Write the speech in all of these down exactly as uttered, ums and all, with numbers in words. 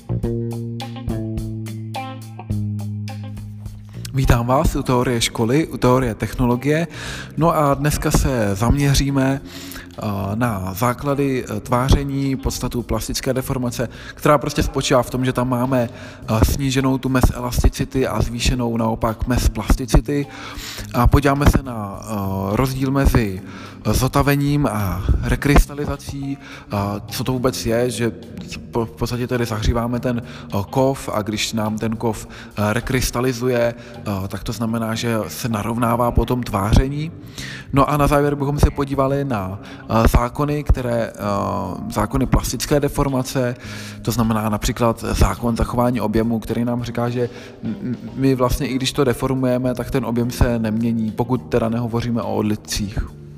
Vítám vás u teorie školy, u teorie technologie. No a dneska se zaměříme na základy tváření, podstatu plastické deformace, která prostě spočívá v tom, že tam máme sníženou tu mez elasticity a zvýšenou naopak mez plasticity. A podíváme se na rozdíl mezi zotavením a rekrystalizací, co to vůbec je, že v podstatě tedy zahříváme ten kov a když nám ten kov rekrystalizuje, tak to znamená, že se narovnává po tom tváření. No a na závěr bychom se podívali na zákony, které, zákony plastické deformace, to znamená například zákon zachování objemu, který nám říká, že my vlastně i když to deformujeme, tak ten objem se nemění, pokud teda nehovoříme o odlitcích.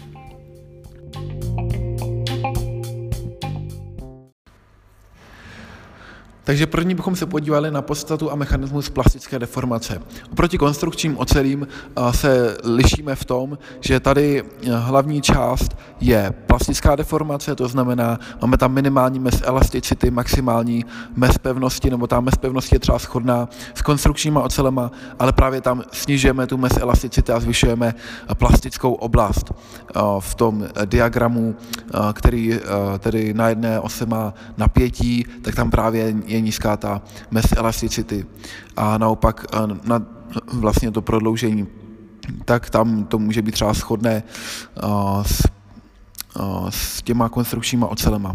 Takže první bychom se podívali na podstatu a mechanismus plastické deformace. Oproti konstrukčním ocelím se lišíme v tom, že tady hlavní část je plastická deformace, to znamená, máme tam minimální mez elasticity, maximální mez pevnosti, nebo ta mez pevnosti je třeba shodná s konstrukčníma ocelema, ale právě tam snižujeme tu mez elasticity a zvyšujeme plastickou oblast v tom diagramu, který tedy na jedné ose má napětí, tak tam právě je nízká ta mez elasticity a naopak na vlastně to prodloužení, tak tam to může být třeba shodné s, s těma konstrukčníma ocelema.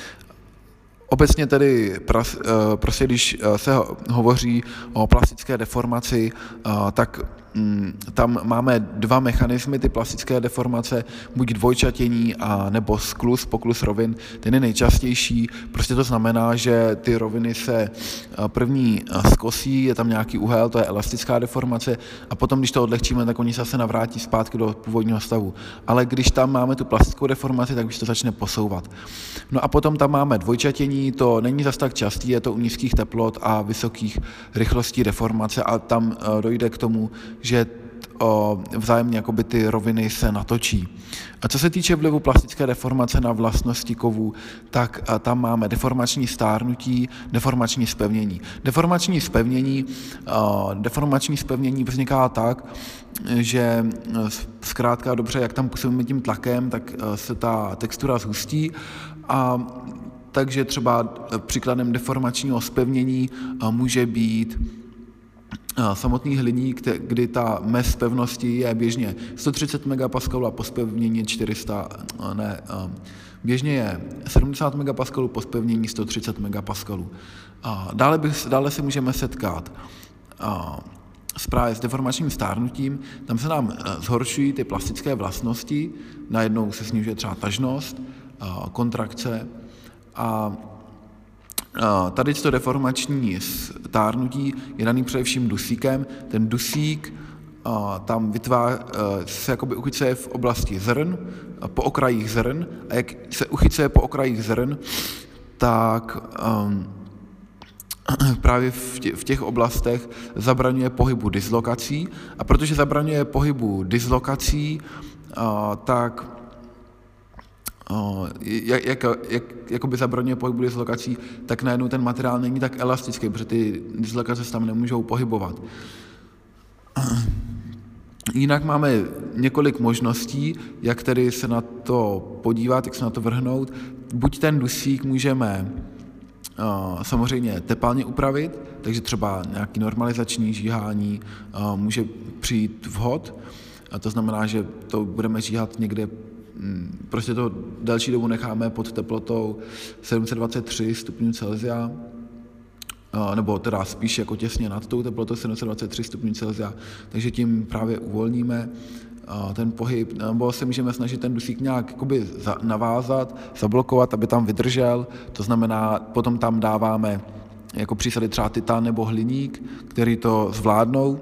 Obecně tedy, prostě když se hovoří o plastické deformaci, tak tam máme dva mechanismy, ty plastické deformace, buď dvojčatění a nebo skluz, pokluz rovin, ten je nejčastější, prostě to znamená, že ty roviny se první skosí, je tam nějaký úhel, to je elastická deformace a potom, když to odlehčíme, tak oni se zase navrátí zpátky do původního stavu. Ale když tam máme tu plastickou deformaci, tak už to začne posouvat. No a potom tam máme dvojčatění, to není zas tak častý, je to u nízkých teplot a vysokých rychlostí deformace a tam dojde k tomu, že vzájemně jakoby ty roviny se natočí. A co se týče vlivu plastické deformace na vlastnosti kovů, tak tam máme deformační stárnutí, deformační zpevnění. Deformační zpevnění, deformační zpevnění vzniká tak, že zkrátka dobře, jak tam působíme tím tlakem, tak se ta textura zhustí a takže třeba příkladem deformačního zpevnění může být samotný hliník, kdy ta mez pevnosti je běžně sto třicet megapaskalů a po zpevnění čtyři sta, ne, běžně je sedmdesát megapaskalů, po zpevnění sto třicet megapaskalů. Dále, bych, dále se můžeme setkat s právě s deformačním stárnutím, tam se nám zhoršují ty plastické vlastnosti, najednou se snižuje třeba tažnost, kontrakce a tady to deformační stárnutí je daný především dusíkem. Ten dusík tam vytváří, se jakoby uchycuje v oblasti zrn, po okrajích zrn a jak se uchycuje po okrajích zrn, tak um, právě v, tě, v těch oblastech zabraňuje pohybu dislokací a protože zabraňuje pohybu dislokací, uh, tak Jak, jak, jak, jakoby zabraňuje pohybu dislokací, tak najednou ten materiál není tak elastický, protože ty dislokace se tam nemůžou pohybovat. Jinak máme několik možností, jak tedy se na to podívat, jak se na to vrhnout. Buď ten dusík můžeme uh, samozřejmě tepelně upravit, takže třeba nějaký normalizační žíhání uh, může přijít vhod, a to znamená, že to budeme žíhat někde, prostě to delší dobu necháme pod teplotou sedm set dvacet tři stupňů Celsia, nebo teda spíš jako těsně nad tou teplotou sedm set dvacet tři stupňů Celsia, takže tím právě uvolníme ten pohyb, nebo se můžeme snažit ten dusík nějak jakoby navázat, zablokovat, aby tam vydržel, to znamená, potom tam dáváme jako přísady třeba titan nebo hliník, který to zvládnou.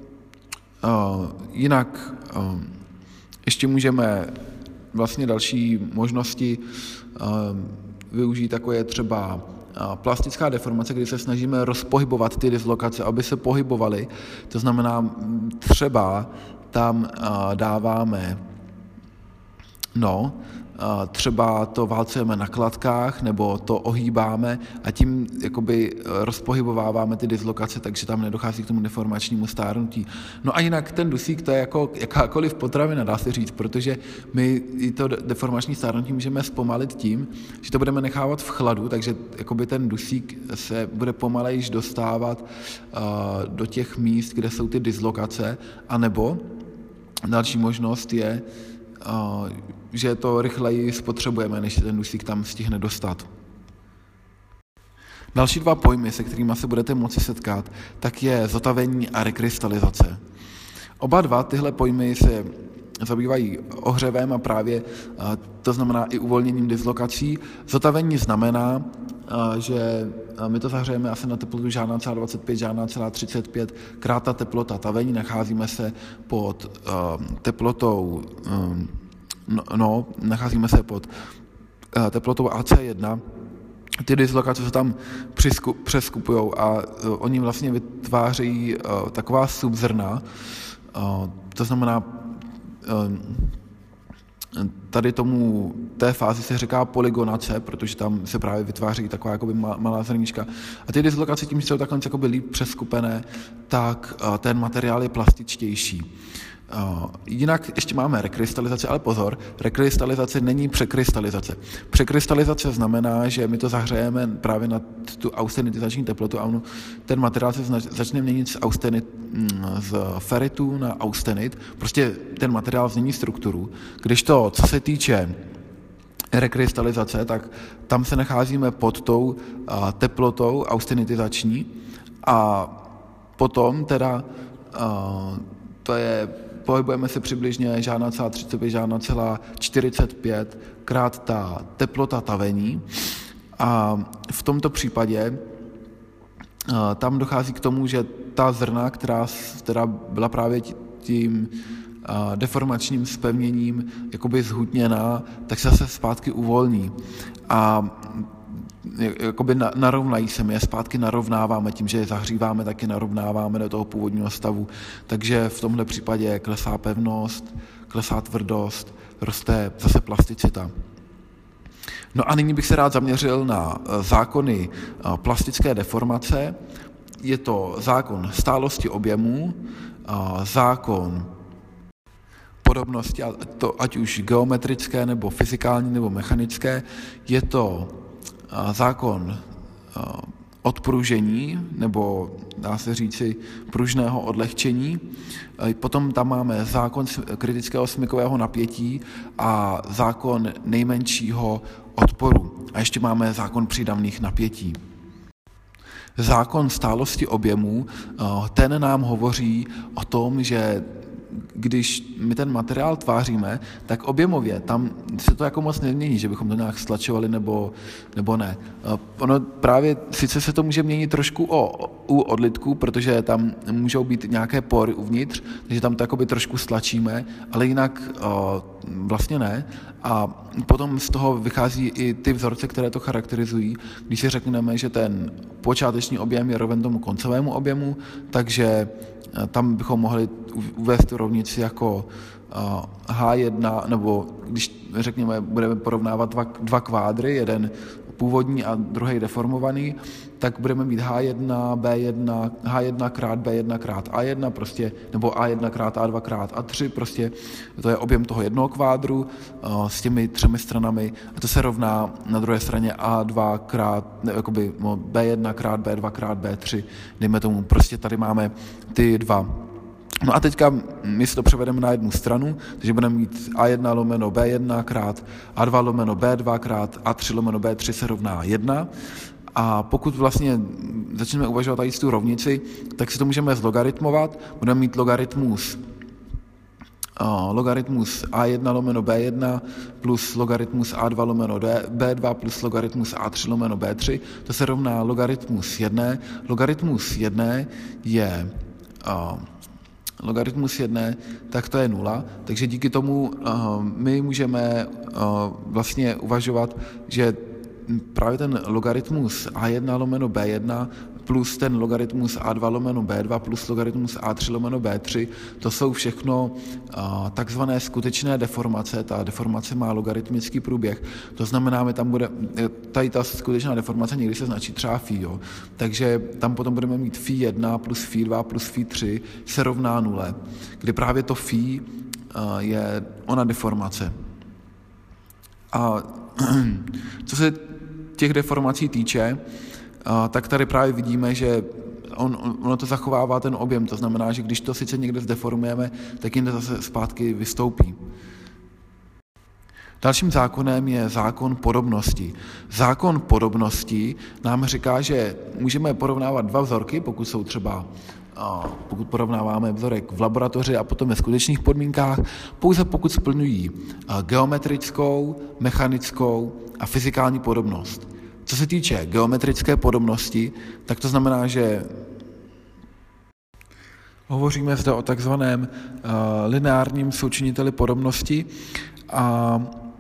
Jinak ještě můžeme vlastně další možnosti využít, jako je třeba plastická deformace, kdy se snažíme rozpohybovat ty dislokace, aby se pohybovaly. To znamená, třeba tam dáváme, no, třeba to válcujeme na kladkách nebo to ohýbáme a tím jakoby rozpohybováváme ty dislokace, takže tam nedochází k tomu deformačnímu stárnutí. No a jinak ten dusík, to je jako jakákoliv potravina, dá se říct, protože my i to deformační stárnutí můžeme zpomalit tím, že to budeme nechávat v chladu, takže jakoby ten dusík se bude pomalejš dostávat uh, do těch míst, kde jsou ty dislokace, anebo další možnost je, uh, že to rychleji spotřebujeme, než se ten dusík tam stihne dostat. Další dva pojmy, se kterými se budete moci setkat, tak je zotavení a rekrystalizace. Oba dva tyhle pojmy se zabývají ohřevem a právě to znamená i uvolněním dislokací. Zotavení znamená, že my to zahřejeme asi na teplotu žádná celá dvacet pět, žádná celá třicet pět krát ta teplota tavení. Nacházíme se pod teplotou, no, no nacházíme se pod teplotou A C jedna. Ty dislokace se tam přeskupují a uh, oni vlastně vytvářejí uh, taková subzrna, uh, to znamená, uh, tady tomu té fázi se říká polygonace, protože tam se právě vytváří taková jakoby malá zrníčka. A ty dislokace tím, že jsou takhle jakoby líp přeskupené, tak uh, ten materiál je plastičtější. Uh, jinak ještě máme rekrystalizaci, ale pozor, rekrystalizace není překrystalizace. Překrystalizace znamená, že my to zahřejeme právě na tu austenitizační teplotu a ono, ten materiál se znač, začne měnit z, austenit, z feritu na austenit, prostě ten materiál změní strukturu, když to, co se týče rekrystalizace, tak tam se nacházíme pod tou uh, teplotou austenitizační a potom teda uh, to je pohybujeme se přibližně žádná celá třicet pět, žádná celá čtyřicet pět krát ta teplota tavení a v tomto případě tam dochází k tomu, že ta zrna, která, která byla právě tím deformačním zpevněním jakoby zhutněná, tak se zase zpátky uvolní a jakoby narovnají se, my je zpátky narovnáváme tím, že je zahříváme, taky narovnáváme do toho původního stavu. Takže v tomhle případě klesá pevnost, klesá tvrdost, roste zase plasticita. No a nyní bych se rád zaměřil na zákony plastické deformace. Je to zákon stálosti objemů, zákon podobnosti, a to ať už geometrické, nebo fyzikální, nebo mechanické. Je to zákon odpružení, nebo dá se říci pružného odlehčení. Potom tam máme zákon kritického smykového napětí a zákon nejmenšího odporu. A ještě máme zákon přídavných napětí. Zákon stálosti objemů, ten nám hovoří o tom, že když my ten materiál tváříme, tak objemově tam se to jako moc nemění, že bychom to nějak stlačovali nebo, nebo ne. Ono právě, sice se to může měnit trošku o, u odlitků, protože tam můžou být nějaké pory uvnitř, takže tam to jakoby trošku stlačíme, ale jinak o, vlastně ne. A potom z toho vychází i ty vzorce, které to charakterizují. Když si řekneme, že ten počáteční objem je roven tomu koncovému objemu, takže tam bychom mohli uvést tu rovnici jako H jedna, nebo když řekněme, budeme porovnávat dva, dva kvádry, jeden původní a druhý deformovaný, tak budeme mít H jedna, B jedna, H jedna krát B jedna krát A jedna, prostě, nebo A jedna krát A dva krát A tři, prostě to je objem toho jednoho kvádru uh, s těmi třemi stranami a to se rovná na druhé straně A dva krát, ne, jakoby no, B jedna krát B dva krát B tři, dejme tomu, prostě tady máme ty dva. No a teďka my si to převedeme na jednu stranu, takže budeme mít A jedna lomeno B jedna krát A dva lomeno B dva krát A tři lomeno B tři se rovná jedna. A pokud vlastně začneme uvažovat tady tu rovnici, tak si to můžeme zlogaritmovat. Budeme mít logaritmus, uh, logaritmus A jedna lomeno B jedna plus logaritmus A dva lomeno B dva plus logaritmus A tři lomeno B tři. To se rovná logaritmus jedné. Logaritmus jedné je... Uh, logaritmus jedné, tak to je nula, takže díky tomu uh, my můžeme uh, vlastně uvažovat, že právě ten logaritmus A jedna lomeno B jedna plus ten logaritmus a dva lomeno bé dva plus logaritmus a tři lomeno bé tři, to jsou všechno takzvané skutečné deformace. Ta deformace má logaritmický průběh, to znamená, že tam bude, tady ta skutečná deformace někdy se značí třeba phi, jo. Takže tam potom budeme mít phi jedna plus phi dva plus phi tři se rovná nule, kdy právě to phi je ona deformace. A co se těch deformací týče, tak tady právě vidíme, že on, ono to zachovává ten objem, to znamená, že když to sice někde zdeformujeme, tak jinde zase zpátky vystoupí. Dalším zákonem je zákon podobnosti. Zákon podobnosti nám říká, že můžeme porovnávat dva vzorky, pokud jsou třeba pokud porovnáváme vzorek v laboratoři a potom ve skutečných podmínkách, pouze pokud splňují geometrickou, mechanickou a fyzikální podobnost. Co se týče geometrické podobnosti, tak to znamená, že hovoříme zde o takzvaném lineárním součiniteli podobnosti a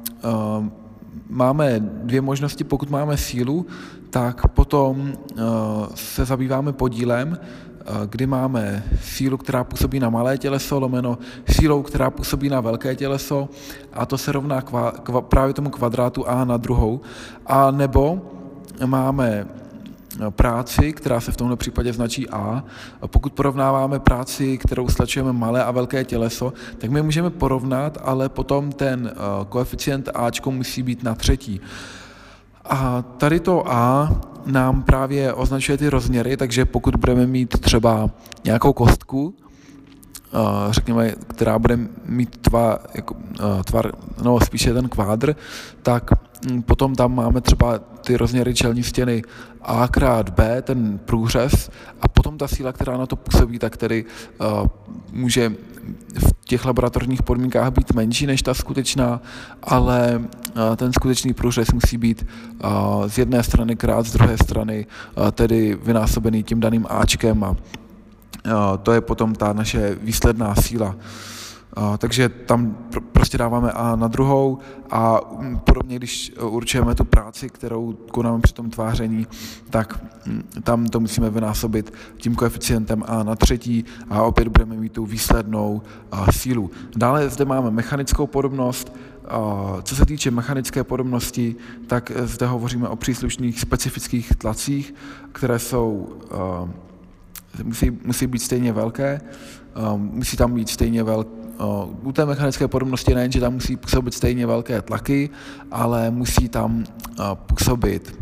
máme dvě možnosti. Pokud máme sílu, tak potom se zabýváme podílem, kdy máme sílu, která působí na malé těleso, lomeno sílou, která působí na velké těleso, a to se rovná kva, kva, právě tomu kvadrátu a na druhou. A nebo máme práci, která se v tomto případě značí A. Pokud porovnáváme práci, kterou stlačujeme malé a velké těleso, tak my můžeme porovnat, ale potom ten koeficient Ačko musí být na třetí. A tady to A nám právě označuje ty rozměry, takže pokud budeme mít třeba nějakou kostku, řekněme, která bude mít tvar, jako, tvar, no spíše ten kvádr, tak potom tam máme třeba ty rozměry čelní stěny A krát B, ten průřez, a potom ta síla, která na to působí, tak tedy uh, může v těch laboratorních podmínkách být menší než ta skutečná, ale uh, ten skutečný průřez musí být uh, z jedné strany krát z druhé strany, uh, tedy vynásobený tím daným Ačkem, a to je potom ta naše výsledná síla. Takže tam prostě dáváme A na druhou a podobně, když určujeme tu práci, kterou konáme při tom tváření, tak tam to musíme vynásobit tím koeficientem A na třetí a opět budeme mít tu výslednou sílu. Dále zde máme mechanickou podobnost. Co se týče mechanické podobnosti, tak zde hovoříme o příslušných specifických tlacích, které jsou Musí, musí být stejně velké, musí tam být stejně velké. U té mechanické podobnosti nejen, že tam musí působit stejně velké tlaky, ale musí tam působit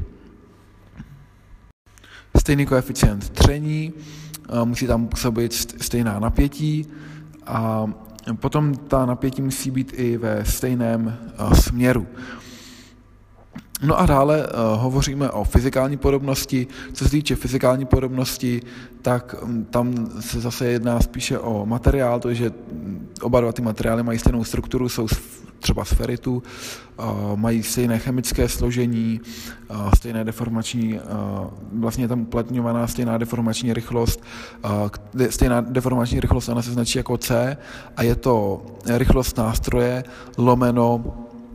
stejný koeficient tření, musí tam působit stejná napětí a potom ta napětí musí být i ve stejném směru. No a dále uh, hovoříme o fyzikální podobnosti. Co se týče fyzikální podobnosti, tak um, tam se zase jedná spíše o materiál, to je, že oba dva ty materiály mají stejnou strukturu, jsou třeba z feritu, uh, mají stejné chemické složení, uh, stejné deformační, uh, vlastně je tam uplatňovaná stejná deformační rychlost, uh, stejná deformační rychlost, ona se značí jako C a je to rychlost nástroje lomeno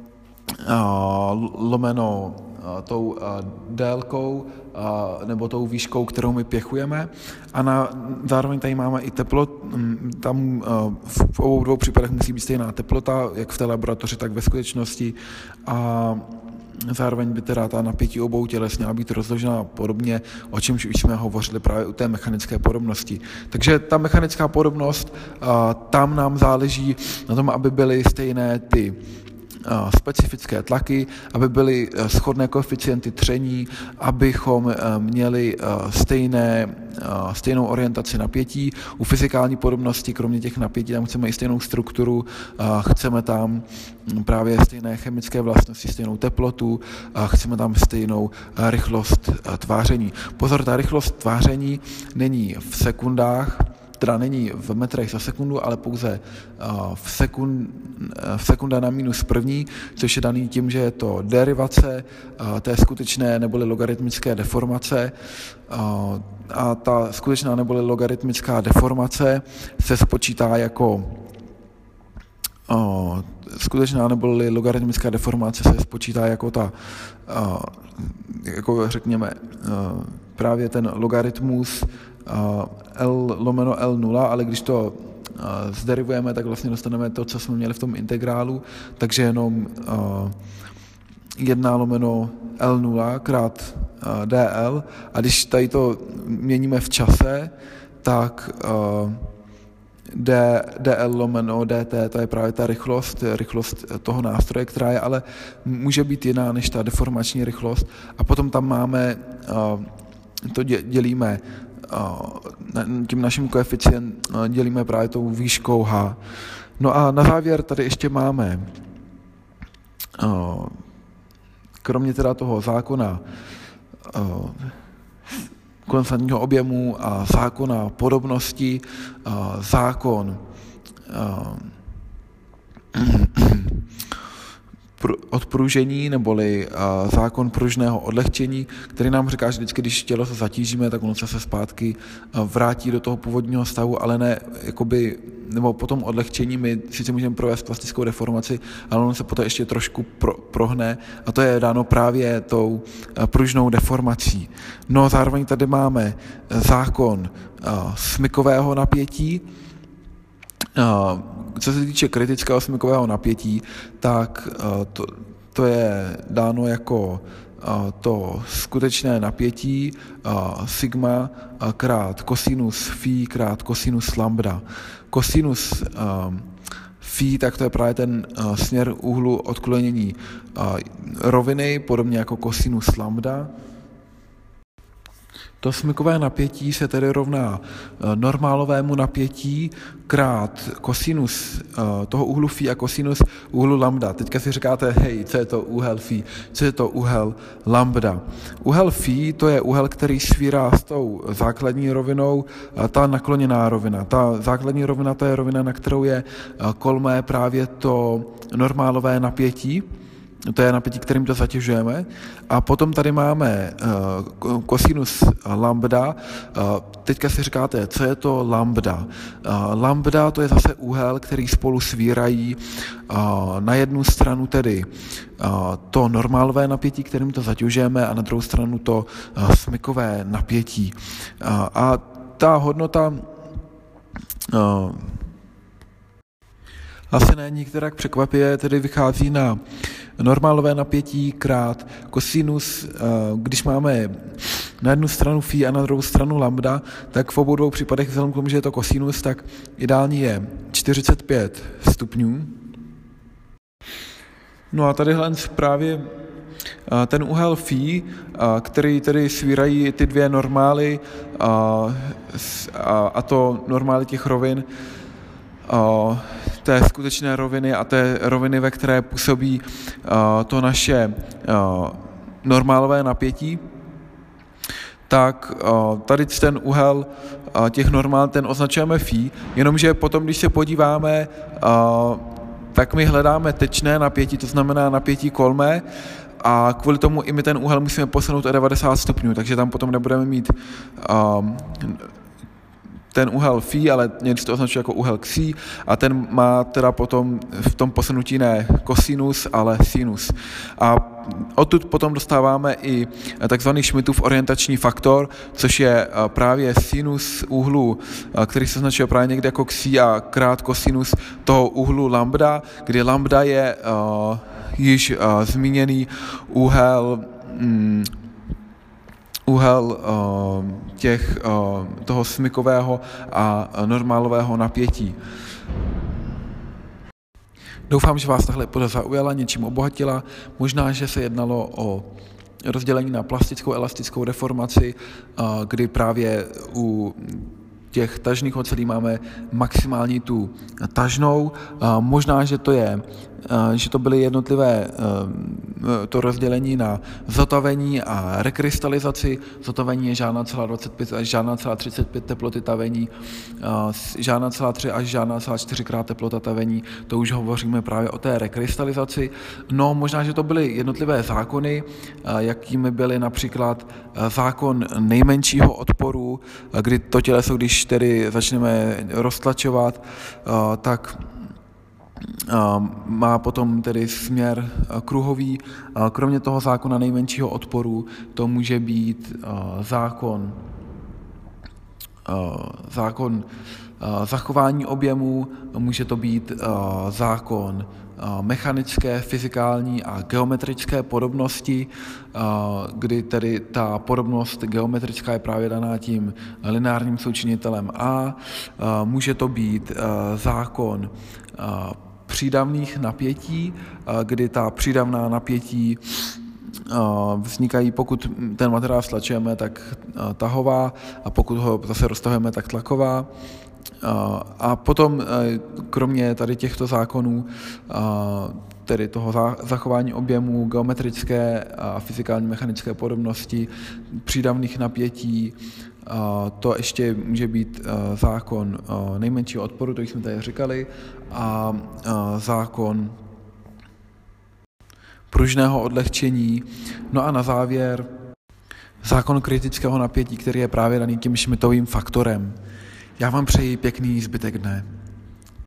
lomeno tou délkou nebo tou výškou, kterou my pěchujeme. A na, zároveň tady máme i teplot, tam v obou dvou případech musí být stejná teplota, jak v té laboratoři, tak ve skutečnosti. A zároveň by teda ta napětí obou těles měla být rozložena podobně, o čemž už jsme hovořili právě u té mechanické podobnosti. Takže ta mechanická podobnost, tam nám záleží na tom, aby byly stejné ty specifické tlaky, aby byly shodné koeficienty tření, abychom měli stejné, stejnou orientaci napětí. U fyzikální podobnosti, kromě těch napětí, tam chceme i stejnou strukturu, chceme tam právě stejné chemické vlastnosti, stejnou teplotu, chceme tam stejnou rychlost tváření. Pozor, ta rychlost tváření není v sekundách, teda není v metrech za sekundu, ale pouze v, sekund, v sekunda na minus první, což je daný tím, že je to derivace té skutečné neboli logaritmické deformace. A ta skutečná neboli logaritmická deformace se spočítá jako skutečná neboli logaritmická deformace se spočítá jako ta, jako řekněme, právě ten logaritmus L lomeno L nula, ale když to zderivujeme, tak vlastně dostaneme to, co jsme měli v tom integrálu, takže jenom jedna lomeno L nula krát dl, a když tady to měníme v čase, tak D, dl lomeno dt, to je právě ta rychlost, rychlost toho nástroje, která je ale může být jiná než ta deformační rychlost. A potom tam máme, to dělíme tím naším koeficient, dělíme právě tou výškou h. No a na závěr tady ještě máme, kromě teda toho zákona konstantního objemu a zákona podobnosti, zákon odpružení, neboli zákon pružného odlehčení, který nám říká, že vždycky, když tělo se zatížíme, tak ono se zpátky vrátí do toho původního stavu, ale ne, jakoby, nebo po tom odlehčení my sice můžeme provést plastickou deformaci, ale ono se potom ještě trošku pro, prohne, a to je dáno právě tou pružnou deformací. No zároveň tady máme zákon smykového napětí. Co se týče kritického smykového napětí, tak to, to je dáno jako to skutečné napětí sigma krát kosinus phi krát kosinus lambda. Kosinus phi, tak to je právě ten směr úhlu odklonění roviny, podobně jako kosinus lambda. To smykové napětí se tedy rovná normálovému napětí krát kosinus toho úhlu phi a kosinus úhlu lambda. Teďka si říkáte, hej, co je to úhel phi, co je to úhel lambda. Úhel phi, to je úhel, který svírá s tou základní rovinou, ta nakloněná rovina. Ta základní rovina, to je rovina, na kterou je kolmé právě to normálové napětí. To je napětí, kterým to zatěžujeme. A potom tady máme uh, kosinus lambda. Uh, teďka si říkáte, co je to lambda. Uh, lambda, to je zase úhel, který spolu svírají uh, na jednu stranu tedy uh, to normálové napětí, kterým to zatěžujeme, a na druhou stranu to uh, smykové napětí. Uh, a ta hodnota uh, asi ne nikterak překvapivě tedy vychází na normálové napětí krát kosinus, když máme na jednu stranu phi a na druhou stranu lambda, tak v obou dvou případech, vzhledem k tomu, že je to kosinus, tak ideální je čtyřicet pět stupňů. No a tadyhle právě ten úhel phi, který tedy svírají ty dvě normály, a to normály těch rovin, Uh, té skutečné roviny a té roviny, ve které působí uh, to naše uh, normálové napětí, tak uh, tady ten úhel uh, těch normál, ten označujeme phi, jenomže potom, když se podíváme, uh, tak my hledáme tečné napětí, to znamená napětí kolmé, a kvůli tomu i my ten úhel musíme posunout o devadesát stupňů, takže tam potom nebudeme mít uh, ten úhel phi, ale někdy se to označuje jako úhel xi, a ten má teda potom v tom posunutí ne kosinus, ale sinus. A odtud potom dostáváme i takzvaný Schmidtův orientační faktor, což je právě sinus úhlu, který se označuje právě někde jako xi a krát kosinus toho úhlu lambda, kdy lambda je uh, již uh, zmíněný úhel um, úhel uh, těch, uh, toho smykového a normálového napětí. Doufám, že vás tahle poda zaujala, něčím obohatila. Možná, že se jednalo o rozdělení na plastickou elastickou deformaci, uh, kdy právě u těch tažných ocelí máme maximální tu tažnou. Uh, možná, že to je že to byly jednotlivé to rozdělení na zotavení a rekrystalizaci. Zotavení je žádná celá dvacet pět až žádná celá třicet pět teploty tavení, žádná celá tři až žádná celá čtyři krát teplota tavení, to už hovoříme právě o té rekrystalizaci. No možná, že to byly jednotlivé zákony, jakými byly například zákon nejmenšího odporu, kdy to těleso, když tedy začneme roztlačovat, tak má potom tedy směr kruhový. Kromě toho zákona nejmenšího odporu to může být zákon, zákon zachování objemu, může to být zákon mechanické, fyzikální a geometrické podobnosti, kdy tedy ta podobnost geometrická je právě daná tím lineárním součinitelem A. Může to být zákon přídavných napětí, kdy ta přídavná napětí vznikají, pokud ten materiál stlačujeme, tak tahová, a pokud ho zase roztahujeme, tak tlaková. A potom kromě tady těchto zákonů, tedy toho zachování objemu, geometrické a fyzikální mechanické podobnosti, přídavných napětí, to ještě může být zákon nejmenšího odporu, to jsme tady říkali, a zákon pružného odlehčení. No a na závěr zákon kritického napětí, který je právě daný tím Schmittovým faktorem. Já vám přeji pěkný zbytek dne.